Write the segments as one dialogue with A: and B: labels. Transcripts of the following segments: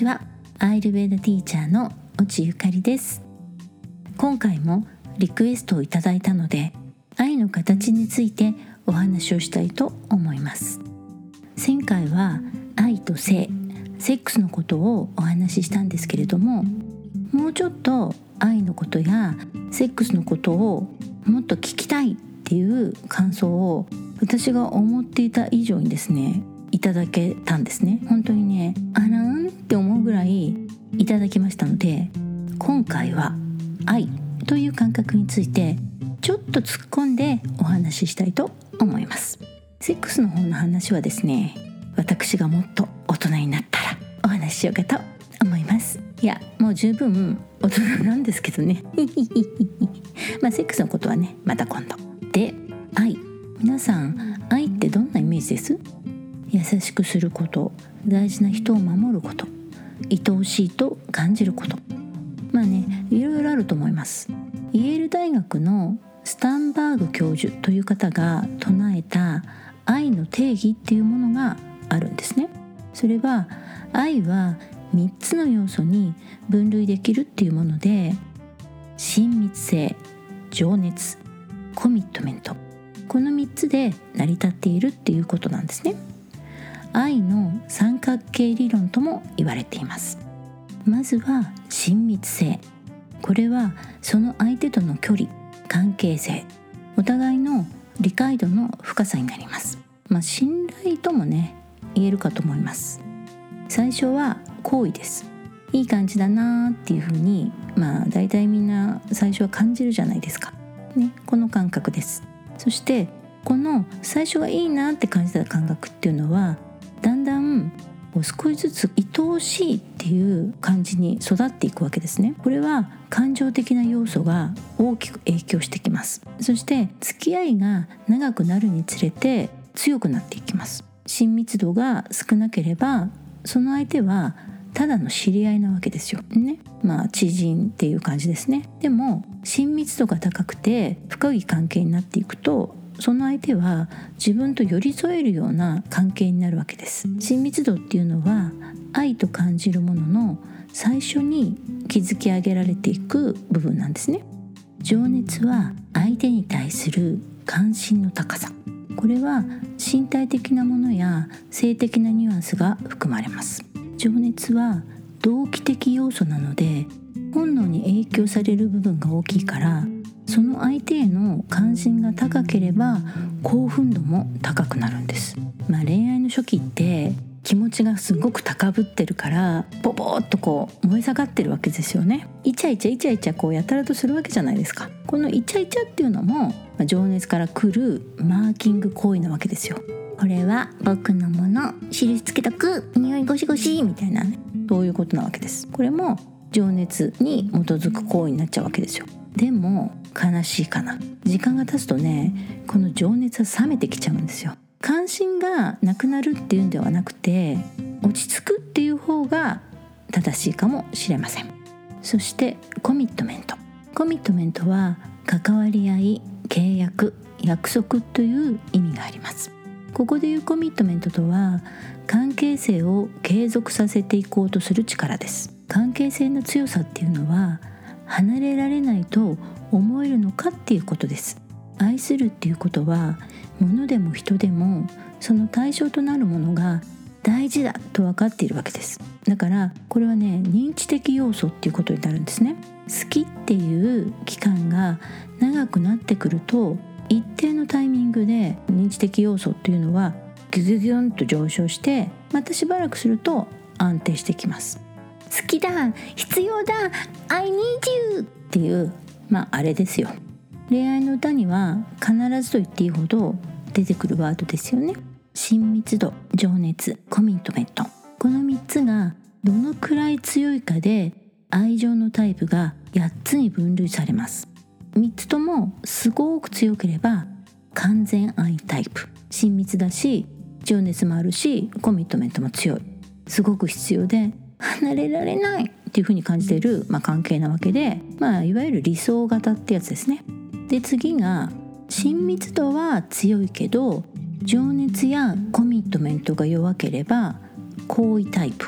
A: ちは。アイルベーダティーチャーの越智ゆかりです。今回もリクエストをいただいたので、愛の形についてお話をしたいと思います。前回は愛と性、セックスのことをお話ししたんですけれども、もうちょっと愛のことやセックスのことをもっと聞きたいっていう感想を私が思っていた以上にですね、いただけたんですね。本当にね、あらんって思うぐらいいただきましたので、今回は愛という感覚についてちょっと突っ込んでお話ししたいと思います。セックスの方の話はですね、私がもっと大人になったらお話ししようかと思います。いや、もう十分大人なんですけどねセックスのことはね、また今度で。愛、皆さん愛ってどんなイメージです？優しくすること、大事な人を守ること、愛おしいと感じること、いろいろあると思います。イェール大学のスタンバーグ教授という方が唱えた愛の定義っていうものがあるんですね。それは、愛は3つの要素に分類できるっていうもので、親密性、情熱、コミットメント、この3つで成り立っているっていうことなんですね。愛の三角形理論とも言われています。まずは親密性。これはその相手との距離、関係性、お互いの理解度の深さになります。信頼ともね、言えるかと思います。最初は好意です。いい感じだなっていうふうに、だいたいみんな最初は感じるじゃないですかね。この感覚です。そしてこの最初はいいなって感じた感覚っていうのは、だんだん少しずつ愛おしいっていう感じに育っていくわけですね。これは感情的な要素が大きく影響してきます。そして付き合いが長くなるにつれて強くなっていきます。親密度が少なければ、その相手はただの知り合いなわけですよね。知人っていう感じですね。でも親密度が高くて深い関係になっていくと、その相手は自分と寄り添えるような関係になるわけです。親密度っていうのは愛と感じるものの最初に築き上げられていく部分なんですね。情熱は相手に対する関心の高さ。これは身体的なものや性的なニュアンスが含まれます。情熱は動機的要素なので、本能に影響される部分が大きいから、その相手への関心が高ければ興奮度も高くなるんです。恋愛の初期って気持ちがすごく高ぶってるから、ボボーっと燃え盛ってるわけですよね。イチャイチャやたらとするわけじゃないですか。このイチャイチャっていうのも、情熱から来るマーキング行為なわけですよ。これは僕のもの、印つけとく、匂いゴシゴシみたいなね、そういうことなわけです。これも情熱に基づく行為になっちゃうわけですよ。でも悲しいかな、時間が経つとね、この情熱は冷めてきちゃうんですよ。関心がなくなるっていうんではなくて、落ち着くっていう方が正しいかもしれません。そしてコミットメント。コミットメントは関わり合い、契約、約束という意味があります。ここでいうコミットメントとは、関係性を継続させていこうとする力です。関係性の強さっていうのは、離れられないと思えるのかっていうことです。愛するっていうことは、物でも人でもその対象となるものが大事だと分かっているわけです。だからこれはね、認知的要素っていうことになるんですね。好きっていう期間が長くなってくると、一定のタイミングで認知的要素っていうのはギュギュギュンと上昇して、またしばらくすると安定してきます。好きだ、必要だ、 I need you っていうあれですよ。恋愛の歌には必ずと言っていいほど出てくるワードですよね。親密度、情熱、コミットメント、この3つがどのくらい強いかで愛情のタイプが8つに分類されます。3つともすごく強ければ完全愛タイプ、親密だし情熱もあるしコミットメントも強い、すごく必要で離れられないっていう風に感じている、関係なわけで、いわゆる理想型ってやつですね。で、次が親密度は強いけど情熱やコミットメントが弱ければ好意タイプ、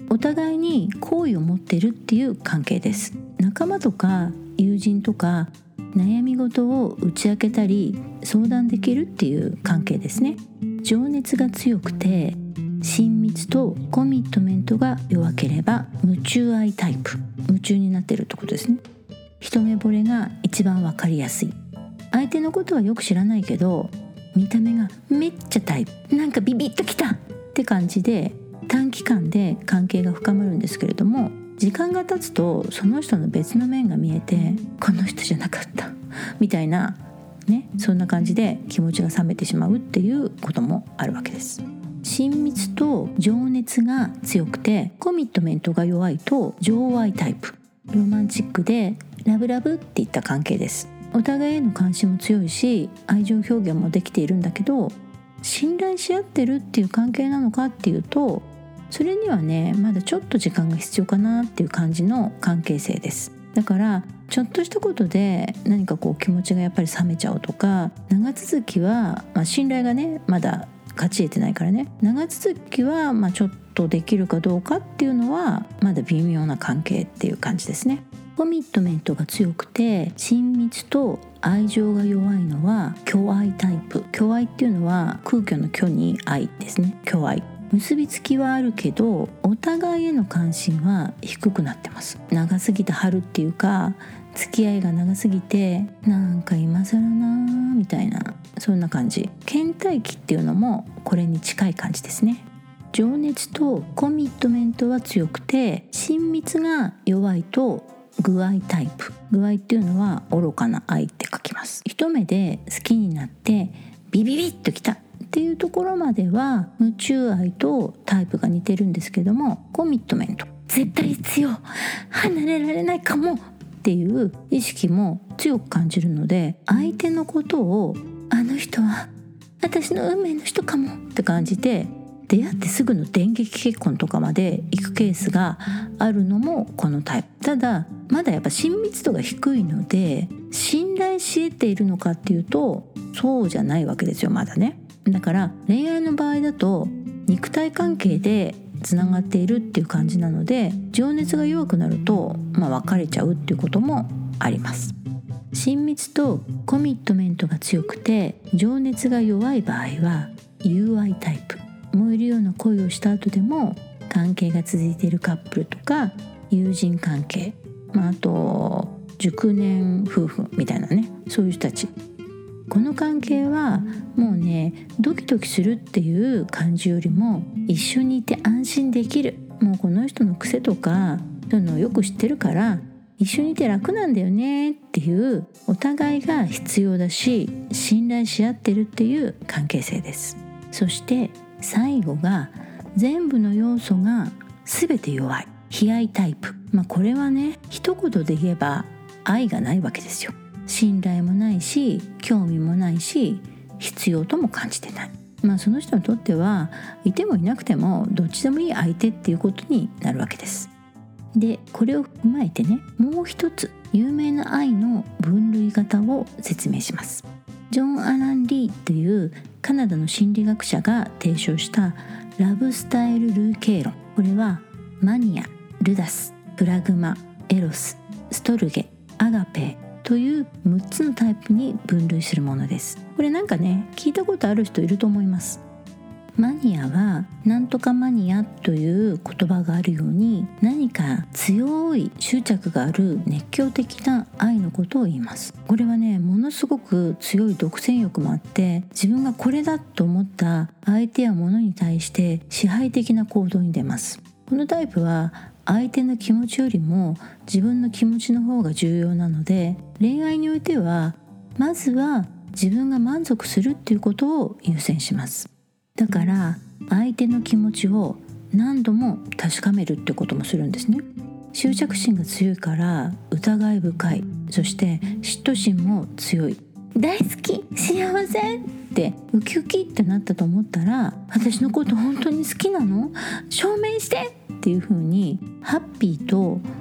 A: お互いに好意を持ってるっていう関係です。仲間とか友人とか悩み事を打ち明けたり相談できるっていう関係ですね。情熱が強くて親密とコミットメントが弱ければ夢中愛タイプ、夢中になってるってことですね。一目惚れが一番わかりやすい。相手のことはよく知らないけど見た目がめっちゃタイプ、なんかビビッときたって感じで短期間で関係が深まるんですけれども、時間が経つとその人の別の面が見えてこの人じゃなかったみたいなね、そんな感じで気持ちが冷めてしまうっていうこともあるわけです。親密と情熱が強くてコミットメントが弱いと情愛タイプ、ロマンチックでラブラブっていった関係です。お互いへの関心も強いし愛情表現もできているんだけど、信頼し合ってるっていう関係なのかっていうと、それにはねまだちょっと時間が必要かなっていう感じの関係性です。だからちょっとしたことで何かこう気持ちがやっぱり冷めちゃうとか、長続きは、信頼がねまだ勝ち得てないからね、長続きはちょっとできるかどうかっていうのはまだ微妙な関係っていう感じですね。コミットメントが強くて親密と愛情が弱いのは虚愛タイプ。虚愛っていうのは空虚の虚に愛ですね。虚愛、結びつきはあるけどお互いへの関心は低くなってます。長すぎた春っていうか付き合いが長すぎてなんか今更なーみたいな、そんな感じ。倦怠期っていうのもこれに近い感じですね。情熱とコミットメントは強くて親密が弱いと愚愛タイプ。愚愛っていうのは愚かな愛って書きます。一目で好きになってビビビッときたっていうところまでは夢中愛とタイプが似てるんですけども、コミットメント、絶対必要、離れられないかもっていう意識も強く感じるので、相手のことをあの人は私の運命の人かもって感じて出会ってすぐの電撃結婚とかまで行くケースがあるのもこのタイプ。ただまだやっぱ親密度が低いので信頼し得ているのかっていうとそうじゃないわけですよ、まだね。だから恋愛の場合だと肉体関係でつながっているっていう感じなので、情熱が弱くなると別れちゃうっていうこともあります。親密とコミットメントが強くて情熱が弱い場合は友愛タイプ。燃えるような恋をした後でも関係が続いているカップルとか友人関係、あと熟年夫婦みたいなね、そういう人たち、この関係はもうねドキドキするっていう感じよりも一緒にいて安心できる、もうこの人の癖とかそういうのをよく知ってるから一緒にいて楽なんだよねっていうお互いが必要だし信頼し合ってるっていう関係性です。そして最後が全部の要素が全て弱い非愛タイプ。これはね一言で言えば愛がないわけですよ。信頼もないし興味もないし必要とも感じてない。その人にとってはいてもいなくてもどっちでもいい相手っていうことになるわけです。でこれを踏まえてね、もう一つ有名な愛の分類型を説明します。ジョン・アラン・リーというカナダの心理学者が提唱したラブスタイル類型論。これはマニア、ルダス、プラグマ、エロス、ストルゲ、アガペという6つのタイプに分類するものです。これなんかね聞いたことある人いると思います。マニアはなんとかマニアという言葉があるように何か強い執着がある熱狂的な愛のことを言います。これはねものすごく強い独占欲もあって自分がこれだと思った相手や物に対して支配的な行動に出ます。このタイプは相手の気持ちよりも自分の気持ちの方が重要なので、恋愛においてはまずは自分が満足するっていうことを優先します。だから相手の気持ちを何度も確かめるってこともするんですね。執着心が強いから疑い深い、そして嫉妬心も強い。大好き、幸せってウキウキってなったと思ったら、私のこと本当に好きなの？証明してっていう風にハッピーと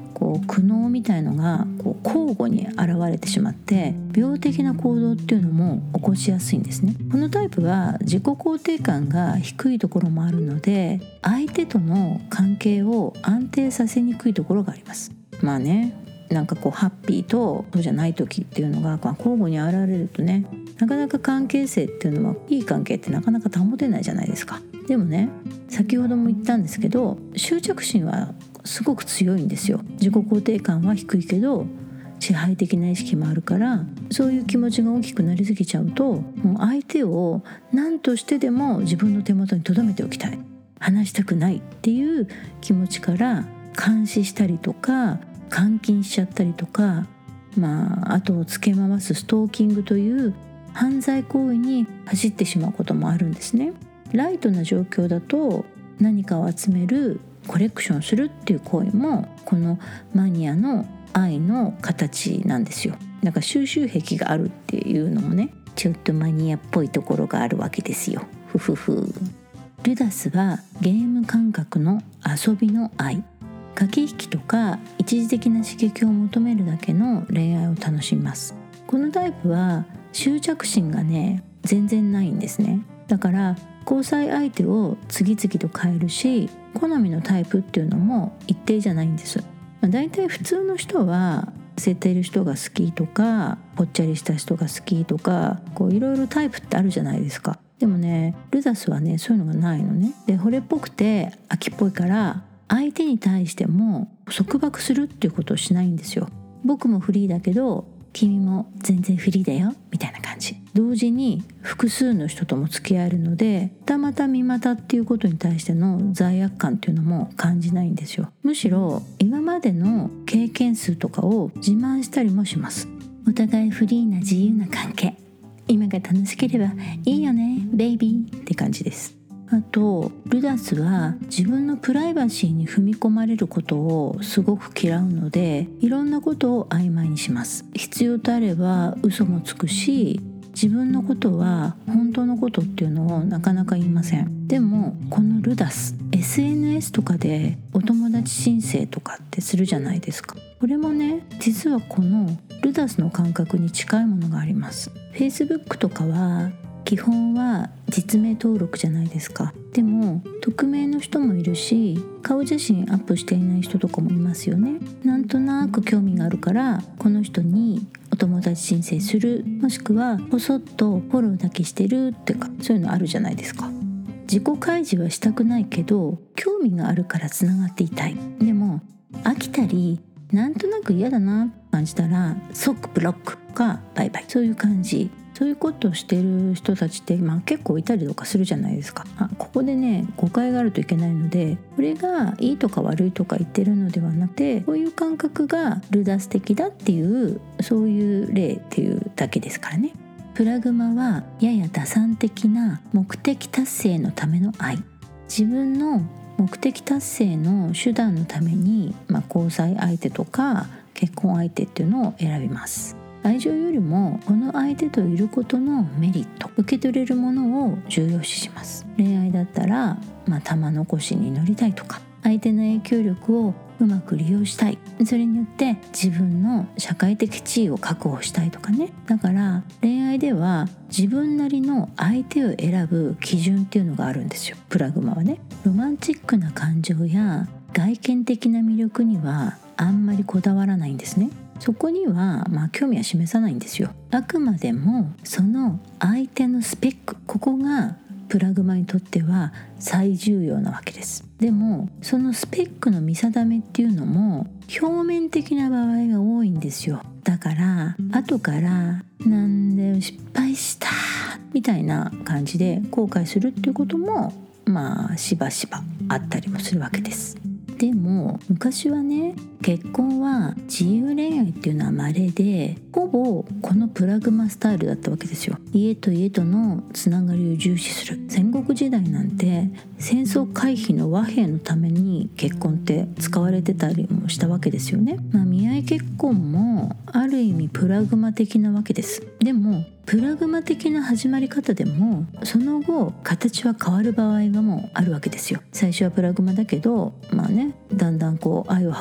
A: こう苦悩みたいのがこう交互に現れてしまって病的な行動っていうのも起こしやすいんですね。このタイプは自己肯定感が低いところもあるので、相手との関係を安定させにくいところがあります。まあね、なんかこうハッピーとそうじゃない時っていうのが交互に現れるとね、なかなか関係性っていうのはいい関係ってなかなか保てないじゃないですか。でもね、先ほども言ったんですけど、執着心はすごく強いんですよ。自己肯定感は低いけど支配的な意識もあるから、そういう気持ちが大きくなりすぎちゃうと、もう相手を何としてでも自分の手元に留めておきたい、話したくないっていう気持ちから監視したりとか監禁しちゃったりとか、後をつけ回すストーキングという犯罪行為に走ってしまうこともあるんですね。ライトな状況だと何かを集める、コレクションするっていう行為もこのマニアの愛の形なんですよ。なんか収集癖があるっていうのもね、ちょっとマニアっぽいところがあるわけですよ。ふふふ。ルダスはゲーム感覚の遊びの愛、駆け引きとか一時的な刺激を求めるだけの恋愛を楽しみます。このタイプは執着心がね全然ないんですね。だから交際相手を次々と変えるし、好みのタイプっていうのも一定じゃないんです。だいたい普通の人は痩せている人が好きとか、ぽっちゃりした人が好きとか、こういろいろタイプってあるじゃないですか。でもね、ルダスはねそういうのがないのね。で、惚れっぽくて秋っぽいから相手に対しても束縛するっていうことをしないんですよ。僕もフリーだけど君も全然フリーだよみたいな感じ。同時に複数の人とも付き合えるので、二股三股っていうことに対しての罪悪感っていうのも感じないんですよ。むしろ今までの経験数とかを自慢したりもします。お互いフリーな自由な関係、今が楽しければいいよねベイビーって感じです。あとルダスは自分のプライバシーに踏み込まれることをすごく嫌うので、いろんなことを曖昧にします。必要とあれば嘘もつくし、自分のことは本当のことっていうのをなかなか言いません。でもこのルダス SNS とかでお友達申請とかってするじゃないですか。これもね、実はこのルダスの感覚に近いものがあります。 Facebook とかは基本は実名登録じゃないですか。でも匿名の人もいるし、顔写真アップしていない人とかもいますよね。なんとなく興味があるからこの人にお友達申請する、もしくはこそっとフォローだけしてるってか、そういうのあるじゃないですか。自己開示はしたくないけど興味があるからつながっていたい。でも飽きたりなんとなく嫌だなって感じたら即ブロックかバイバイ、そういう感じ。そういうことをしてる人たちって、結構いたりとかするじゃないですか。ここでね誤解があるといけないので、これがいいとか悪いとか言ってるのではなくて、こういう感覚がルダス的だっていう、そういう例っていうだけですからね。プラグマはやや打算的な目的達成のための愛。自分の目的達成の手段のために、交際相手とか結婚相手っていうのを選びます。愛情よりもこの相手といることのメリット、受け取れるものを重要視します。恋愛だったら、玉残しに乗りたいとか、相手の影響力をうまく利用したい、それによって自分の社会的地位を確保したいとかね。だから恋愛では自分なりの相手を選ぶ基準っていうのがあるんですよ。プラグマはね、ロマンチックな感情や外見的な魅力にはあんまりこだわらないんですね。そこには興味は示さないんですよ。あくまでもその相手のスペック、ここがプラグマにとっては最重要なわけです。でもそのスペックの見定めっていうのも表面的な場合が多いんですよ。だから後からなんで失敗したみたいな感じで後悔するっていうこともしばしばあったりもするわけです。でも昔はね、結婚は自由恋愛っていうのは稀で、ほぼこのプラグマスタイルだったわけですよ。家と家とのつながりを重視する。戦国時代なんて戦争回避の和平のために結婚って使われてたりもしたわけですよね。見合い結婚もある意味プラグマ的なわけです。でもプラグマ的な始まり方でもその後形は変わる場合がもうあるわけですよ。最初はプラグマだけどだんだん愛を育んで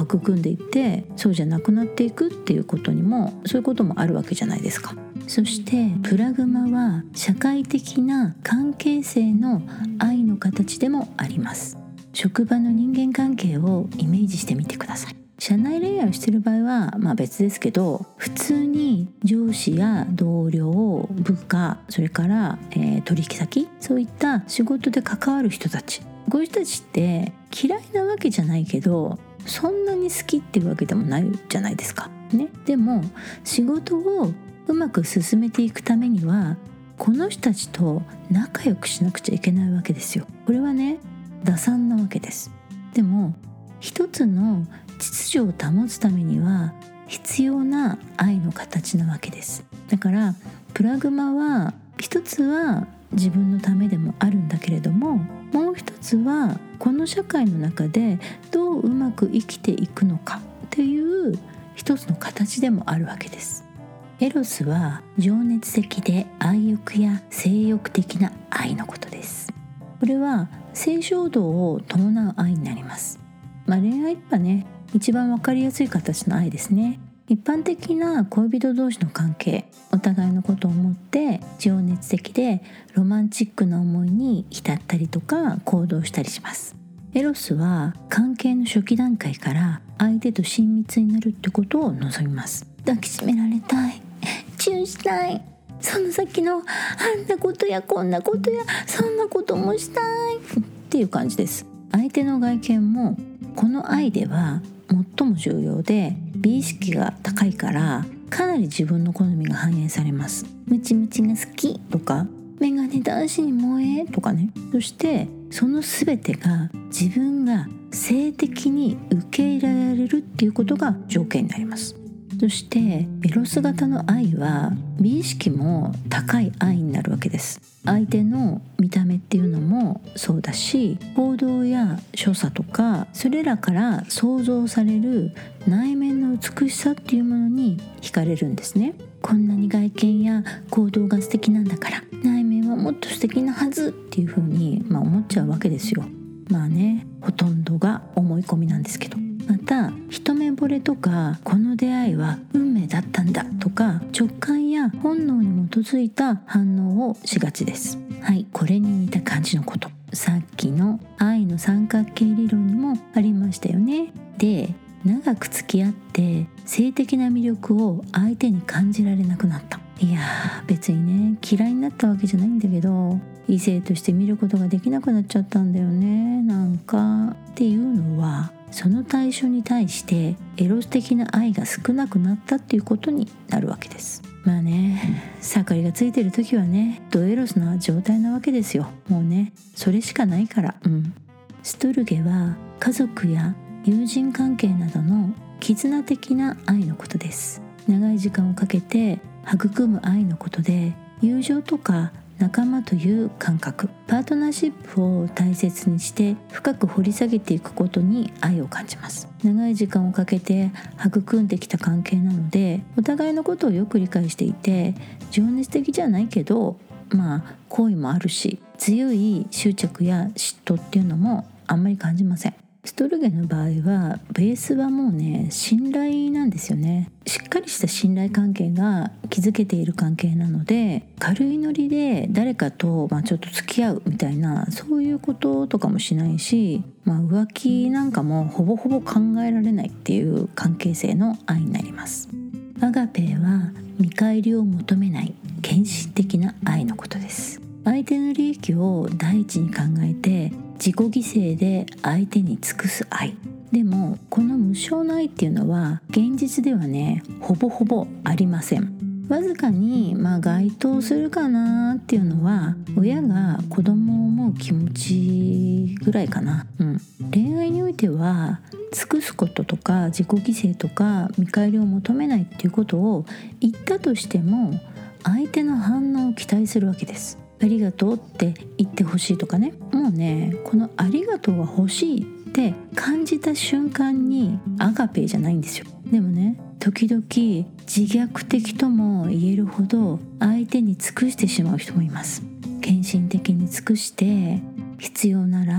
A: でいってそうじゃなくなっていくっていうことにも、そういうこともあるわけじゃないですか。そしてプラグマは社会的な関係性の愛の形でもあります。職場の人間関係をイメージしてみてください。社内恋愛をしている場合は別ですけど、普通に上司や同僚、部下、それから、取引先、そういった仕事で関わる人たち、こういう人たちって嫌いなわけじゃないけど、そんなに好きっていうわけでもないじゃないですかね。でも仕事をうまく進めていくためには、この人たちと仲良くしなくちゃいけないわけですよ。これはね、打算なわけです。でも一つの秩序を保つためには必要な愛の形なわけです。だからプラグマは一つは自分のためでもあるんだけれども、もう一つはこの社会の中でどううまく生きていくのかっていう一つの形でもあるわけです。エロスは情熱的で愛欲や性欲的な愛のことです。これは性衝動を伴う愛になります。恋愛はね、一番わかりやすい形の愛ですね。一般的な恋人同士の関係、お互いのことを思って情熱的でロマンチックな思いに浸ったりとか行動したりします。エロスは関係の初期段階から相手と親密になるってことを望みます。抱きしめられたい、チューしたい、その先のあんなことやこんなことやそんなこともしたいっていう感じです。相手の外見もこの愛では最も重要で、美意識が高いからかなり自分の好みが反映されます。ムチムチが好きとか、メガネ男子に萌えとかね。そしてその全てが自分が性的に受け入れられるっていうことが条件になります。そしてエロス型の愛は美意識も高い愛になるわけです。相手の見た目っていうのもそうだし、行動や所作とか、それらから想像される内面の美しさっていうものに惹かれるんですね。こんなに外見や行動が素敵なんだから内面はもっと素敵なはずっていうふうに、思っちゃうわけですよ。ほとんどが思い込みなんですけど、また一目惚れとか、この出会いは運命だったんだとか、直感や本能に基づいた反応をしがちです。これに似た感じのこと、さっきの愛の三角形理論にもありましたよね。で、長く付き合って性的な魅力を相手に感じられなくなった。いや別にね、嫌いになったわけじゃないんだけど、異性として見ることができなくなっちゃったんだよね、っていうのは、その対象に対してエロス的な愛が少なくなったっていうことになるわけです。盛りがついてる時はね、ドエロスな状態なわけですよ。もうね、それしかないから。ストルゲは家族や友人関係などの絆的な愛のことです。長い時間をかけて育む愛のことで、友情とか仲間という感覚、パートナーシップを大切にして深く掘り下げていくことに愛を感じます。長い時間をかけて育んできた関係なので、お互いのことをよく理解していて、情熱的じゃないけど好意もあるし、強い執着や嫉妬っていうのもあんまり感じません。ストルゲの場合はベースはもうね、信頼なんですよね。しっかりした信頼関係が築けている関係なので、軽いノリで誰かとちょっと付き合うみたいな、そういうこととかもしないし、浮気なんかもほぼほぼ考えられないっていう関係性の愛になります。アガペは見返りを求めない献身的な愛のことです。相手の利益を第一に考えて自己犠牲で相手に尽くす愛。でもこの無償の愛っていうのは現実ではね、ほぼほぼありません。わずかに該当するかなっていうのは、親が子供を思う気持ちぐらいかな。恋愛においては尽くすこととか自己犠牲とか見返りを求めないっていうことを言ったとしても、相手の反応を期待するわけです。ありがとうって言ってほしいとかね。もうね、このありがとうが欲しいって感じた瞬間にアガペじゃないんですよ。でもね、時々自虐的とも言えるほど相手に尽くしてしまう人もいます。献身的に尽くして、必要なら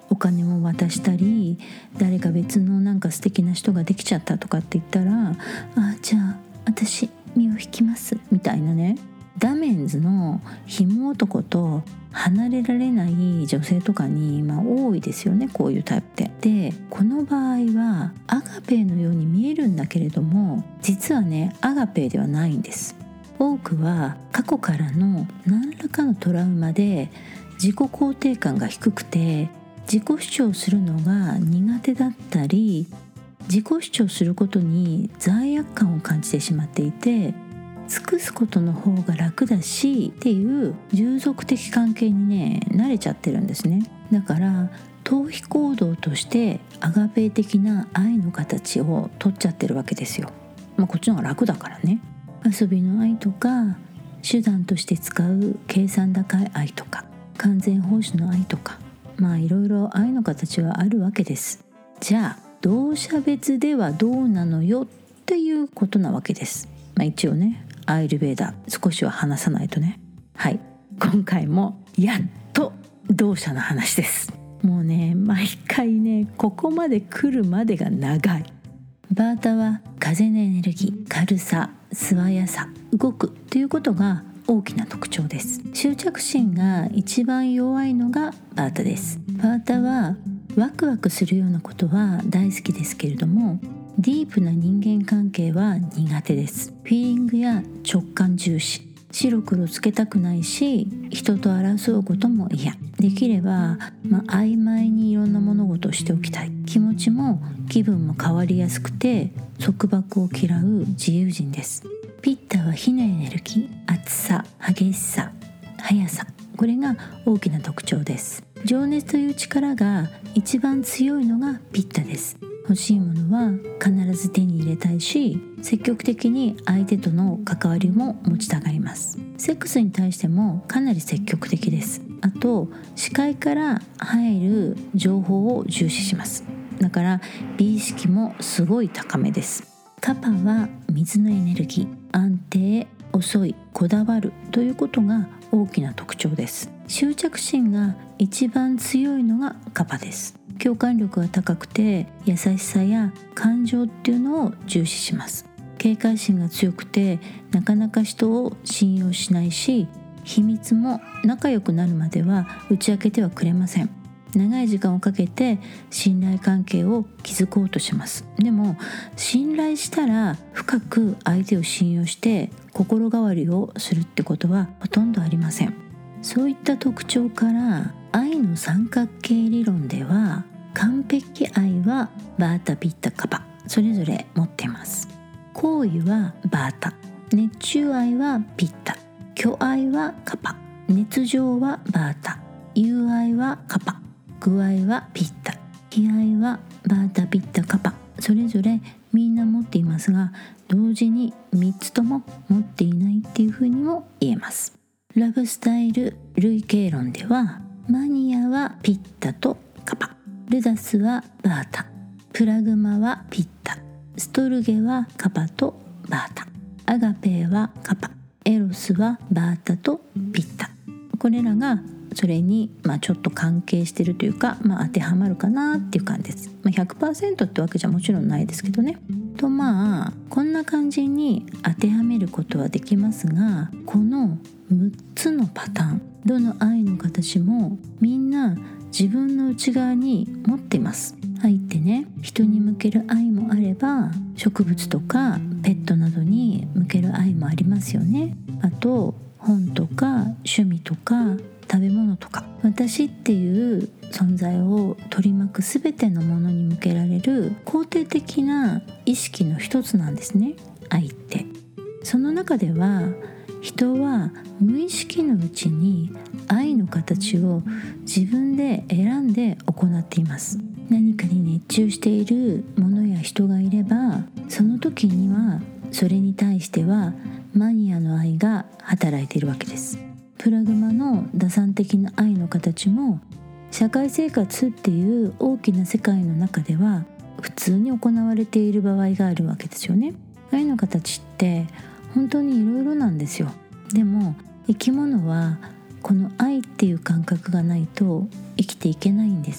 A: お金も渡したり、誰か別のなんか素敵な人ができちゃったとかって言ったら、じゃあ私身を引きますみたいなね、ダメンズの紐男と離れられない女性とかに、多いですよね、こういうタイプって。でこの場合はアガペーのように見えるんだけれども、実はねアガペーではないんです。多くは過去からの何らかのトラウマで自己肯定感が低くて、自己主張するのが苦手だったり、自己主張することに罪悪感を感じてしまっていて、尽くすことの方が楽だしっていう従属的関係にね慣れちゃってるんですね。だから逃避行動としてアガペー的な愛の形を取っちゃってるわけですよ。こっちの方が楽だからね。遊びの愛とか、手段として使う計算高い愛とか、完全奉仕の愛とか、いろいろ愛の形はあるわけです。じゃあ同社別ではどうなのよっていうことなわけです。一応ねアイルベーダ少しは話さないとね。はい、今回もやっと同社の話です。もうね毎回ねここまで来るまでが長い。バータは風のエネルギー、軽さ、素早さ、動くということが大きな特徴です。執着心が一番弱いのがバータです。バータはワクワクするようなことは大好きですけれども、ディープな人間関係は苦手です。フィーリングや直感重視、白黒つけたくないし、人と争うことも嫌。できれば、曖昧にいろんな物事をしておきたい。気持ちも気分も変わりやすくて、束縛を嫌う自由人です。ピッタは火のエネルギー、熱さ、激しさ、速さ、これが大きな特徴です。情熱という力が一番強いのがピッタです。欲しいものは必ず手に入れたいし、積極的に相手との関わりも持ちたがります。セックスに対してもかなり積極的です。あと視界から入る情報を重視します。だから美意識もすごい高めです。カパは水のエネルギー、安定、遅い、こだわるということが大きな特徴です。執着心が一番強いのがカパです。共感力が高くて、優しさや感情っていうのを重視します。警戒心が強くて、なかなか人を信用しないし、秘密も仲良くなるまでは打ち明けてはくれません。長い時間をかけて信頼関係を築こうとします。でも信頼したら深く相手を信用して心変わりをするってことはほとんどありません。そういった特徴から愛の三角形理論では、完璧愛はバータ、ピッタ、カパそれぞれ持っています。好意はバータ、熱中愛はピッタ、虚愛はカパ、熱情はバータ、友愛はカパ、具合はピッタ、悲哀はバータ、ピッタ、カパ、それぞれみんな持っていますが、同時に3つとも持っていないっていうふうにも言えます。ラブスタイル類型論では、マニアはピッタとカパ、ルダスはバータ、プラグマはピッタ、ストルゲはカパとバータ、アガペーはカパ、エロスはバータとピッタ。これらがそれにちょっと関係してるというか、当てはまるかなっていう感じです。100% ってわけじゃもちろんないですけどね。とこんな感じに当てはめることはできますが、この6つのパターン、どの愛の形もみんな自分の内側に持っています。愛ってね、人に向ける愛もあれば、植物とかペットなどに向ける愛もありますよね。あと本とか趣味とか食べ物とか、私っていう存在を取り巻く全てのものに向けられる肯定的な意識の一つなんですね、愛って。その中では人は無意識のうちに愛の形を自分で選んで行っています。何かに熱中しているものや人がいれば、その時にはそれに対してはマニアの愛が働いているわけです。プラグマの打算的な愛の形も、社会生活っていう大きな世界の中では普通に行われている場合があるわけですよね。愛の形って本当にいろいろなんですよ。でも生き物はこの愛っていう感覚がないと生きていけないんです。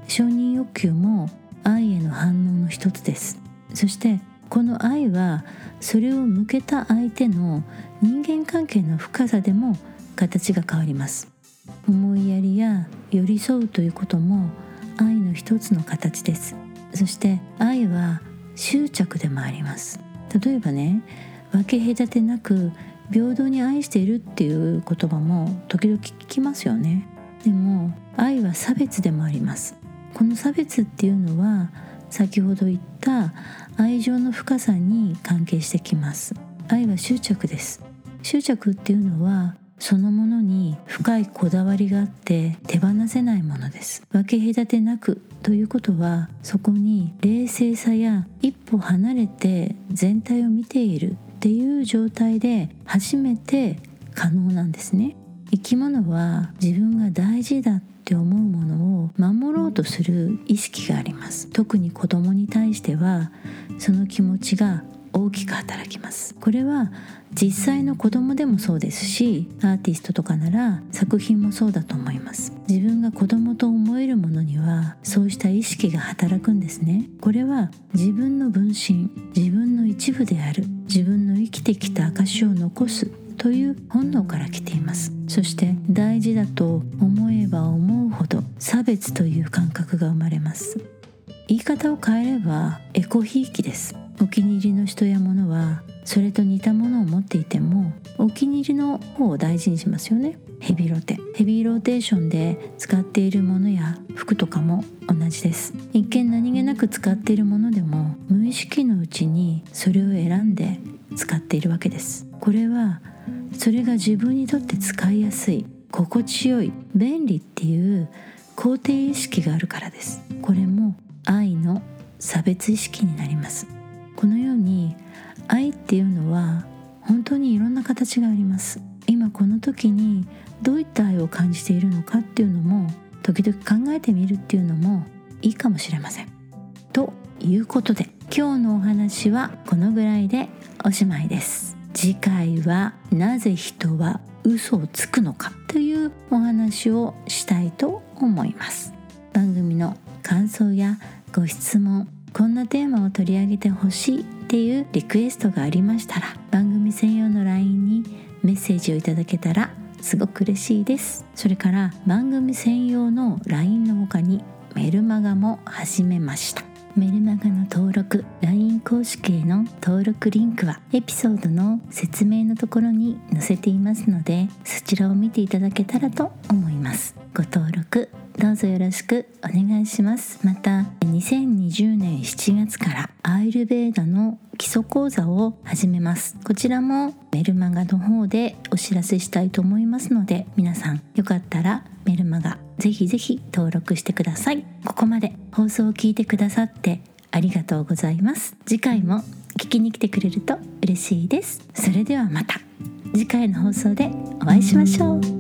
A: 承認欲求も愛への反応の一つです。そしてこの愛はそれを向けた相手の人間関係の深さでも形が変わります。思いやりや寄り添うということも愛の一つの形です。そして愛は執着でもあります。例えばね、分け隔てなく平等に愛しているっていう言葉も時々聞きますよね。でも愛は差別でもあります。この差別っていうのは先ほど言った愛情の深さに関係してきます。愛は執着です。執着っていうのはそのものに深いこだわりがあって手放せないものです。分け隔てなくということは、そこに冷静さや一歩離れて全体を見ているっていう状態で初めて可能なんですね。生き物は自分が大事だって思うものを守ろうとする意識があります。特に子供に対してはその気持ちが大きく働きます。これは実際の子供でもそうですし、アーティストとかなら作品もそうだと思います。自分が子供と思えるものにはそうした意識が働くんですね。これは自分の分身、自分の一部である、自分の生きてきた証を残すという本能から来ています。そして大事だと思えば思うほど差別という感覚が生まれます。言い方を変えればエコひいきです。お気に入りの人や物はそれと似たものを持っていてもお気に入りの方を大事にしますよね。ヘビロテーションで使っているものや服とかも同じです。一見何気なく使っているものでも無意識のうちにそれを選んで使っているわけです。これはそれが自分にとって使いやすい、心地よい、便利っていう肯定意識があるからです。これも愛の差別意識になります。このように愛っていうのは本当にいろんな形があります。今この時にどういった愛を感じているのかっていうのも時々考えてみるっていうのもいいかもしれません。ということで今日のお話はこのぐらいでおしまいです。次回はなぜ人は嘘をつくのかというお話をしたいと思います。番組の感想やご質問、こんなテーマを取り上げてほしいっていうリクエストがありましたら番組専用の LINE にメッセージをいただけたらすごく嬉しいです。それから番組専用の LINE の他にメルマガも始めました。メルマガの登録、 LINE 公式への登録リンクはエピソードの説明のところに載せていますのでそちらを見ていただけたらと思います。ご登録どうぞよろしくお願いします。また2020年7月からアーユルヴェーダの基礎講座を始めます。こちらもメルマガの方でお知らせしたいと思いますので皆さんよかったらメルマガぜひぜひ登録してください。ここまで放送を聞いてくださってありがとうございます。次回も聞きに来てくれると嬉しいです。それではまた次回の放送でお会いしましょう。